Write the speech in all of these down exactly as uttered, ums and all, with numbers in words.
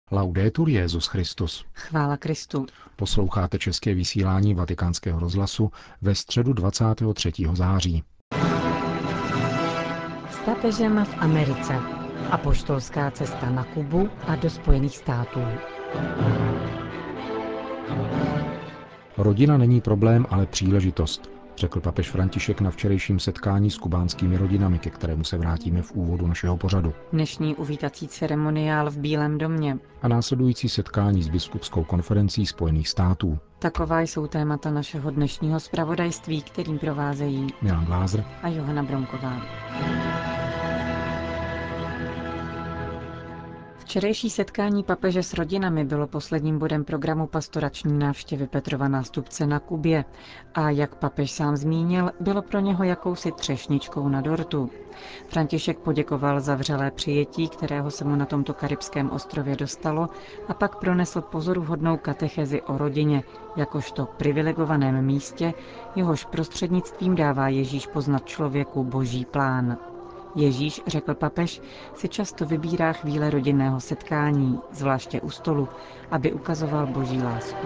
Laudetur Jesus Christus. Chvála Kristu. Posloucháte české vysílání Vatikánského rozhlasu ve středu dvacátého třetího září. S papežem v Americe. Apoštolská cesta na Kubu a do Spojených států. Rodina není problém, ale příležitost, řekl papež František na včerejším setkání s kubánskými rodinami, ke kterému se vrátíme v úvodu našeho pořadu. Dnešní uvítací ceremoniál v Bílém domě. A následující setkání s biskupskou konferencí Spojených států. Taková jsou témata našeho dnešního zpravodajství, kterým provázejí Milan Glázer a Johana Bromková. Včerejší setkání papeže s rodinami bylo posledním bodem programu pastorační návštěvy Petrova nástupce na Kubě a jak papež sám zmínil, bylo pro něho jakousi třešničkou na dortu. František poděkoval za vřelé přijetí, kterého se mu na tomto karibském ostrově dostalo, a pak pronesl pozoruhodnou katechezi o rodině, jakožto privilegovaném místě, jehož prostřednictvím dává Ježíš poznat člověku boží plán. Ježíš, řekl papež, si často vybírá chvíle rodinného setkání, zvláště u stolu, aby ukazoval boží lásku.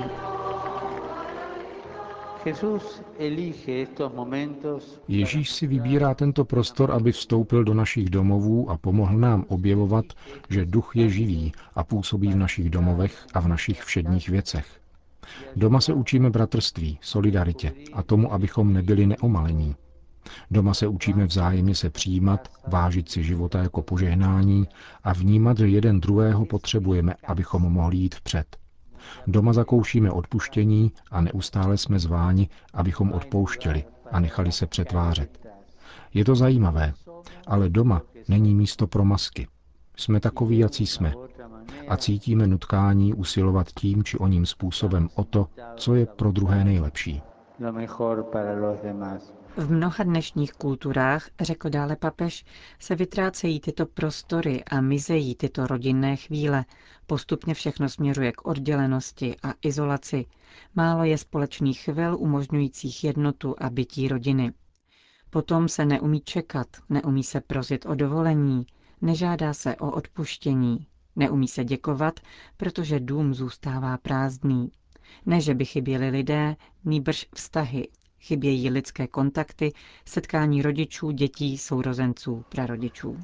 Ježíš si vybírá tento prostor, aby vstoupil do našich domovů a pomohl nám objevovat, že duch je živý a působí v našich domovech a v našich všedních věcech. Doma se učíme bratrství, solidaritě a tomu, abychom nebyli neomalení. Doma se učíme vzájemně se přijímat, vážit si života jako požehnání a vnímat, že jeden druhého potřebujeme, abychom mohli jít vpřed. Doma zakoušíme odpuštění a neustále jsme zváni, abychom odpouštěli a nechali se přetvářet. Je to zajímavé, ale doma není místo pro masky. Jsme takoví, jací jsme. A cítíme nutkání usilovat tím či oním způsobem o to, co je pro druhé nejlepší. V mnoha dnešních kulturách, řekl dále papež, se vytrácejí tyto prostory a mizejí tyto rodinné chvíle. Postupně všechno směřuje k oddělenosti a izolaci. Málo je společných chvil umožňujících jednotu a bytí rodiny. Potom se neumí čekat, neumí se prosit o dovolení, nežádá se o odpuštění, neumí se děkovat, protože dům zůstává prázdný. Ne, že by chyběli lidé, nýbrž vztahy. Chybějí lidské kontakty, setkání rodičů, dětí, sourozenců, prarodičů.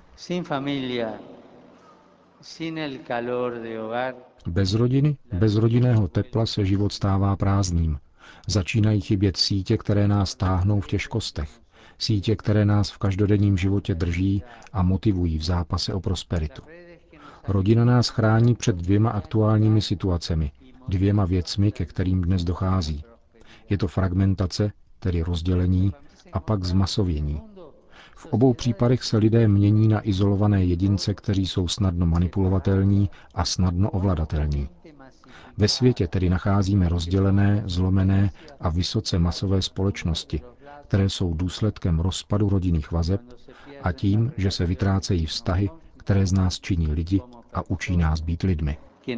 Bez rodiny, bez rodinného tepla se život stává prázdným. Začínají chybět sítě, které nás táhnou v těžkostech. Sítě, které nás v každodenním životě drží a motivují v zápase o prosperitu. Rodina nás chrání před dvěma aktuálními situacemi, dvěma věcmi, ke kterým dnes dochází. Je to fragmentace, tedy rozdělení, a pak zmasovění. V obou případech se lidé mění na izolované jedince, kteří jsou snadno manipulovatelní a snadno ovladatelní. Ve světě tedy nacházíme rozdělené, zlomené a vysoce masové společnosti, které jsou důsledkem rozpadu rodinných vazeb a tím, že se vytrácejí vztahy, které z nás činí lidi a učí nás být lidmi.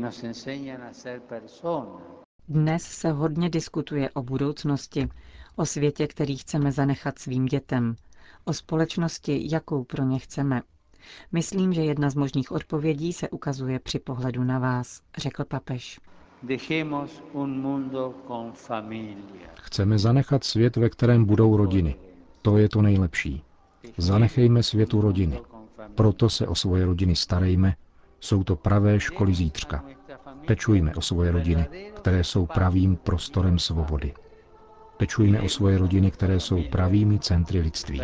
Dnes se hodně diskutuje o budoucnosti, o světě, který chceme zanechat svým dětem, o společnosti, jakou pro ně chceme. Myslím, že jedna z možných odpovědí se ukazuje při pohledu na vás, řekl papež. Chceme zanechat svět, ve kterém budou rodiny. To je to nejlepší. Zanechejme světu rodiny. Proto se o svoje rodiny starejme. Jsou to pravé školy zítřka. Pečujme o svoje rodiny, které jsou pravým prostorem svobody. Pečujme o svoje rodiny, které jsou pravými centry lidství.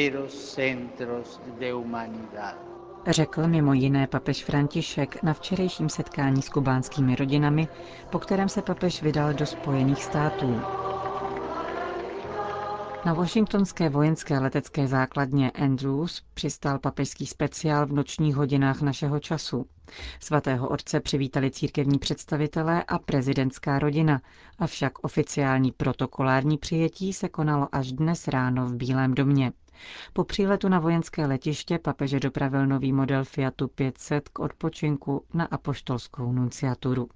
Řekl mimo jiné papež František na včerejším setkání s kubánskými rodinami, po kterém se papež vydal do Spojených států. Na washingtonské vojenské letecké základně Andrews přistál papežský speciál v nočních hodinách našeho času. Svatého otce přivítali církevní představitelé a prezidentská rodina, avšak oficiální protokolární přijetí se konalo až dnes ráno v Bílém domě. Po příletu na vojenské letiště papeže dopravil nový model Fiatu pět set k odpočinku na apoštolskou nunciaturu.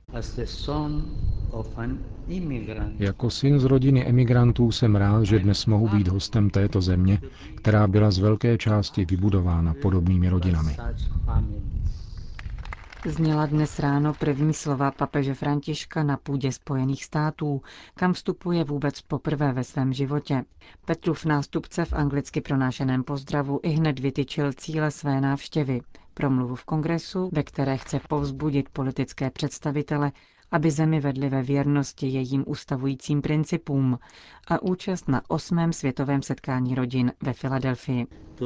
Jako syn z rodiny emigrantů jsem rád, že dnes mohu být hostem této země, která byla z velké části vybudována podobnými rodinami. Zněla dnes ráno první slova papeže Františka na půdě Spojených států, kam vstupuje vůbec poprvé ve svém životě. Petrův nástupce v anglicky pronášeném pozdravu ihned vytyčil cíle své návštěvy. Promluvu v kongresu, ve které chce povzbudit politické představitele, aby zemi vedli ve věrnosti jejím ustavujícím principům, a účast na osmém světovém setkání rodin ve Filadelfii.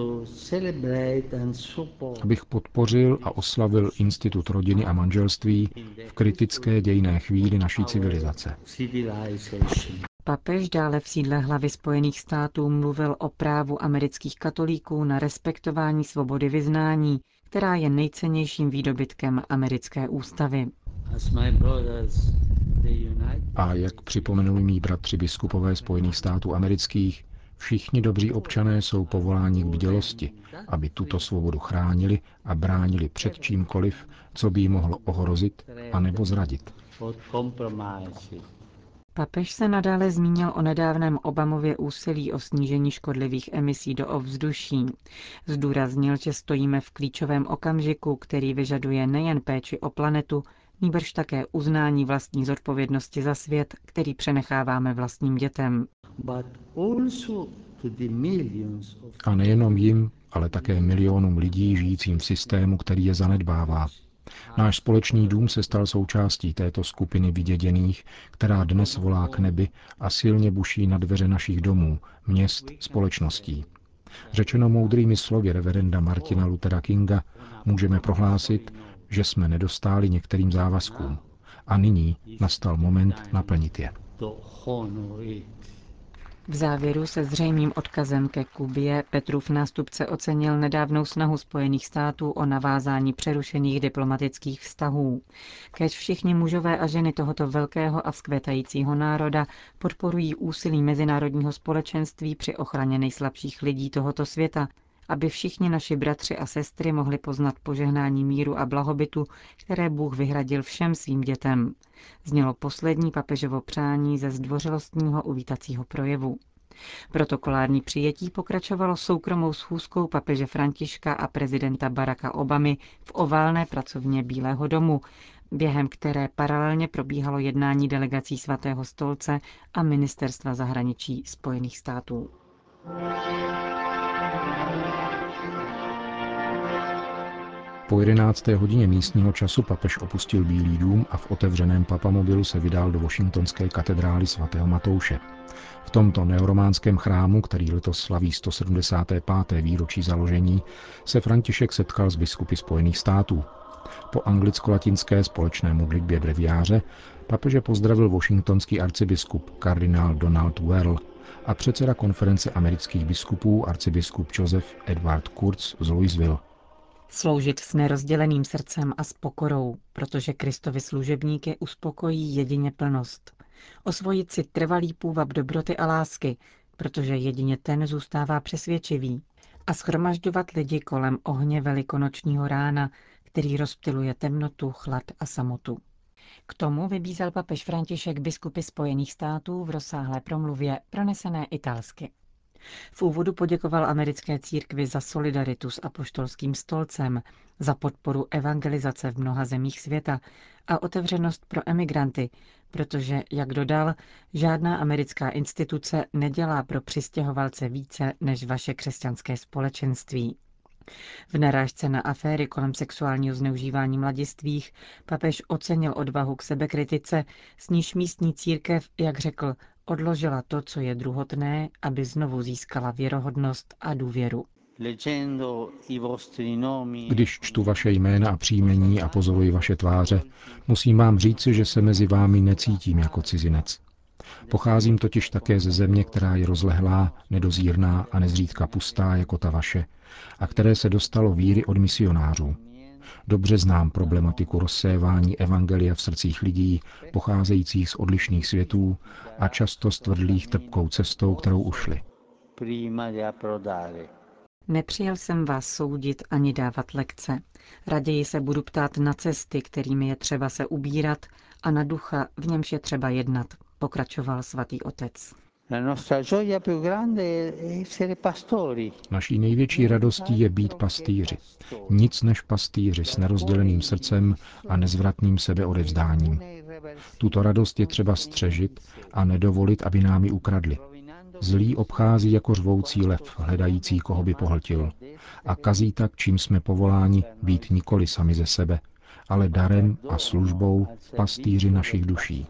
Abych podpořil a oslavil institut rodiny a manželství v kritické dějinné chvíli naší civilizace. Papež dále v sídle hlavy Spojených států mluvil o právu amerických katolíků na respektování svobody vyznání, která je nejcennějším výdobytkem americké ústavy. A jak připomenuli mí bratři biskupové Spojených států amerických, všichni dobří občané jsou povoláni k bdělosti, aby tuto svobodu chránili a bránili před čímkoliv, co by ji mohlo ohrozit anebo zradit. Papež se nadále zmínil o nedávném Obamově úsilí o snížení škodlivých emisí do ovzduší. Zdůraznil, že stojíme v klíčovém okamžiku, který vyžaduje nejen péči o planetu, nýbrž také uznání vlastní zodpovědnosti za svět, který přenecháváme vlastním dětem. A nejenom jim, ale také milionům lidí žijícím v systému, který je zanedbává. Náš společný dům se stal součástí této skupiny vyděděných, která dnes volá k nebi a silně buší na dveře našich domů, měst, společností. Řečeno moudrými slovy reverenda Martina Luthera Kinga, můžeme prohlásit, že jsme nedostáli některým závazkům. A nyní nastal moment naplnit je. V závěru se zřejmým odkazem ke Kubě Petrův nástupce ocenil nedávnou snahu Spojených států o navázání přerušených diplomatických vztahů. Kéž všichni mužové a ženy tohoto velkého a vzkvétajícího národa podporují úsilí mezinárodního společenství při ochraně nejslabších lidí tohoto světa, aby všichni naši bratři a sestry mohli poznat požehnání míru a blahobytu, které Bůh vyhradil všem svým dětem. Znělo poslední papežovo přání ze zdvořilostního uvítacího projevu. Protokolární přijetí pokračovalo soukromou schůzkou papeže Františka a prezidenta Baracka Obamy v oválné pracovně Bílého domu, během které paralelně probíhalo jednání delegací Svatého stolce a ministerstva zahraničí Spojených států. Po jedenácté hodině místního času papež opustil Bílý dům a v otevřeném papamobilu se vydal do washingtonské katedrály svatého Matouše. V tomto neorománském chrámu, který letos slaví sto sedmdesáté páté výročí založení, se František setkal s biskupy Spojených států. Po anglicko-latinské společné modlitbě breviáře papeže pozdravil washingtonský arcibiskup kardinál Donald Well a předseda konference amerických biskupů arcibiskup Joseph Edward Kurz z Louisville. Sloužit s nerozděleným srdcem a s pokorou, protože Kristovi služebníky uspokojí jedině plnost. Osvojit si trvalý půvab dobroty a lásky, protože jedině ten zůstává přesvědčivý. A shromažďovat lidi kolem ohně velikonočního rána, který rozptyluje temnotu, chlad a samotu. K tomu vybízel papež František biskupy Spojených států v rozsáhlé promluvě pronesené italsky. V úvodu poděkoval americké církvi za solidaritu s apoštolským stolcem, za podporu evangelizace v mnoha zemích světa a otevřenost pro emigranty, protože, jak dodal, žádná americká instituce nedělá pro přistěhovalce více než vaše křesťanské společenství. V narážce na aféry kolem sexuálního zneužívání mladistvých papež ocenil odvahu k sebekritice, s níž místní církev, jak řekl, odložila to, co je druhotné, aby znovu získala věrohodnost a důvěru. Když čtu vaše jména a příjmení a pozoruji vaše tváře, musím vám říci, že se mezi vámi necítím jako cizinec. Pocházím totiž také ze země, která je rozlehlá, nedozírná a nezřídka pustá jako ta vaše, a které se dostalo víry od misionářů. Dobře znám problematiku rozsévání evangelia v srdcích lidí, pocházejících z odlišných světů a často stvrdlých trpkou cestou, kterou ušli. Nepřijel jsem vás soudit ani dávat lekce. Raději se budu ptát na cesty, kterými je třeba se ubírat, a na ducha, v němž je třeba jednat, pokračoval svatý otec. Naší největší radostí je být pastýři. Nic než pastýři s nerozděleným srdcem a nezvratným sebeodevzdáním. Tuto radost je třeba střežit a nedovolit, aby nám ji ukradli. Zlý obchází jako řvoucí lev, hledající, koho by pohltil. A kazí tak, čím jsme povoláni být nikoli sami ze sebe, ale darem a službou pastýři našich duší.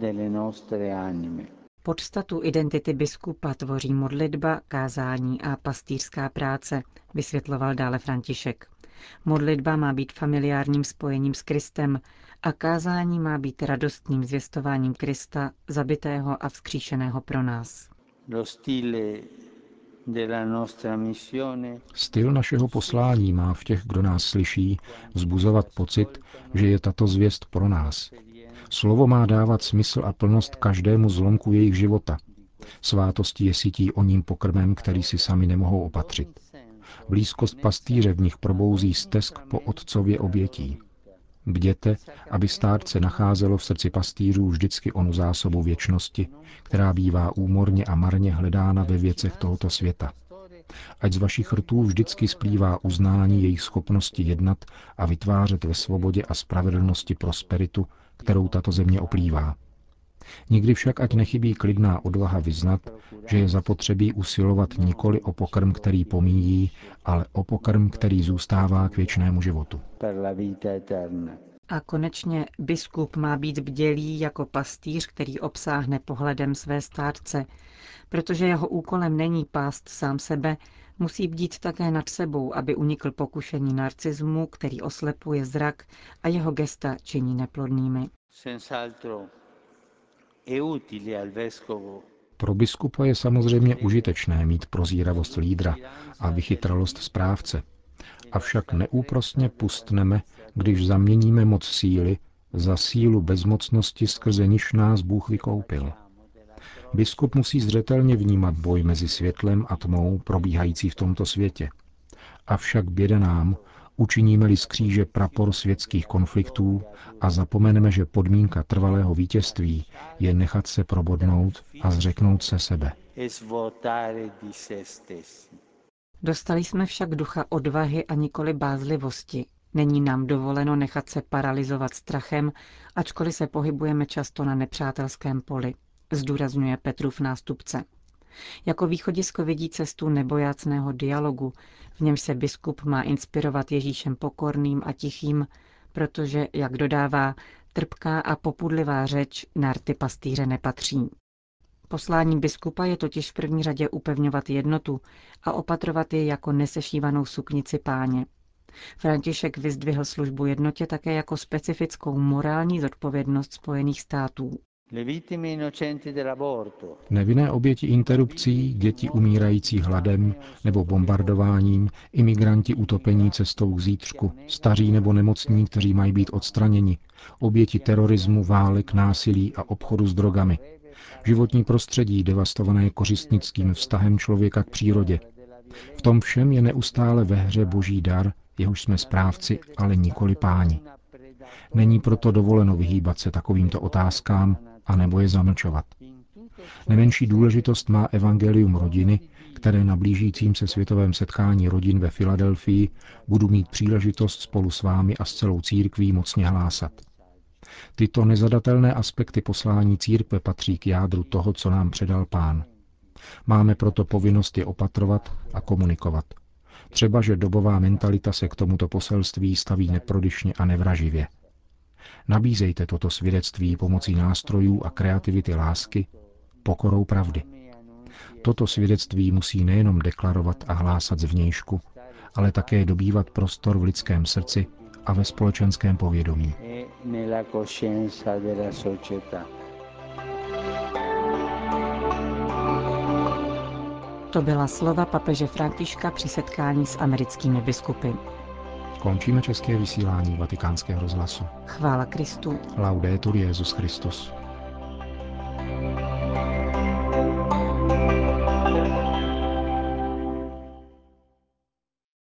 Podstatu identity biskupa tvoří modlitba, kázání a pastýřská práce, vysvětloval dále František. Modlitba má být familiárním spojením s Kristem a kázání má být radostným zvěstováním Krista, zabitého a vzkříšeného pro nás. Styl našeho poslání má v těch, kdo nás slyší, vzbuzovat pocit, že je tato zvěst pro nás. Slovo má dávat smysl a plnost každému zlomku jejich života. Svátosti je sytí o ním pokrmem, který si sami nemohou opatřit. Blízkost pastýře v nich probouzí stesk po otcově obětí. Bděte, aby stádce nacházelo v srdci pastýřů vždycky onu zásobu věčnosti, která bývá úmorně a marně hledána ve věcech tohoto světa. Ať z vašich rtů vždycky splývá uznání jejich schopnosti jednat a vytvářet ve svobodě a spravedlnosti prosperitu, kterou tato země oplývá. Nikdy však ať nechybí klidná odvaha vyznat, že je zapotřebí usilovat nikoli o pokrm, který pomíjí, ale o pokrm, který zůstává k věčnému životu. A konečně biskup má být bdělý jako pastýř, který obsáhne pohledem své stádce, protože jeho úkolem není pást sám sebe, musí bdít také nad sebou, aby unikl pokušení narcismu, který oslepuje zrak a jeho gesta činí neplodnými. Pro biskupa je samozřejmě užitečné mít prozíravost lídra a vychytralost správce. Avšak neúprosně pustneme, když zaměníme moc síly za sílu bezmocnosti, skrze niž nás Bůh vykoupil. Biskup musí zřetelně vnímat boj mezi světlem a tmou probíhající v tomto světě. Avšak běda nám, učiníme-li z kříže prapor světských konfliktů a zapomeneme, že podmínka trvalého vítězství je nechat se probodnout a zřeknout se sebe. Dostali jsme však ducha odvahy a nikoli bázlivosti. Není nám dovoleno nechat se paralyzovat strachem, ačkoliv se pohybujeme často na nepřátelském poli, zdůrazňuje Petrův nástupce. Jako východisko vidí cestu nebojácného dialogu, v němž se biskup má inspirovat Ježíšem pokorným a tichým, protože, jak dodává, trpká a popudlivá řeč na rty pastýře nepatří. Poslání biskupa je totiž v první řadě upevňovat jednotu a opatrovat je jako nesešívanou suknici Páně. František vyzdvihl službu jednotě také jako specifickou morální zodpovědnost Spojených států. Nevinné oběti interrupcí, děti umírající hladem nebo bombardováním, imigranti utopení cestou k zítřku, staří nebo nemocní, kteří mají být odstraněni, oběti terorismu, válek, násilí a obchodu s drogami, životní prostředí devastované kořistnickým vztahem člověka k přírodě. V tom všem je neustále ve hře boží dar, jehož jsme správci, ale nikoli páni. Není proto dovoleno vyhýbat se takovýmto otázkám a nebo je zamlčovat. Nemenší důležitost má evangelium rodiny, které na blížícím se světovém setkání rodin ve Filadelfii budu mít příležitost spolu s vámi a s celou církví mocně hlásat. Tyto nezadatelné aspekty poslání církve patří k jádru toho, co nám předal Pán. Máme proto povinnost je opatrovat a komunikovat. Třeba, že dobová mentalita se k tomuto poselství staví neprodyšně a nevraživě. Nabízejte toto svědectví pomocí nástrojů a kreativity lásky, pokorou pravdy. Toto svědectví musí nejenom deklarovat a hlásat zvnějšku, ale také dobývat prostor v lidském srdci a ve společenském povědomí. To byla slova papeže Františka při setkání s americkými biskupy. Končíme české vysílání Vatikánského rozhlasu. Chvála Kristu. Laudetur Jesus Christus.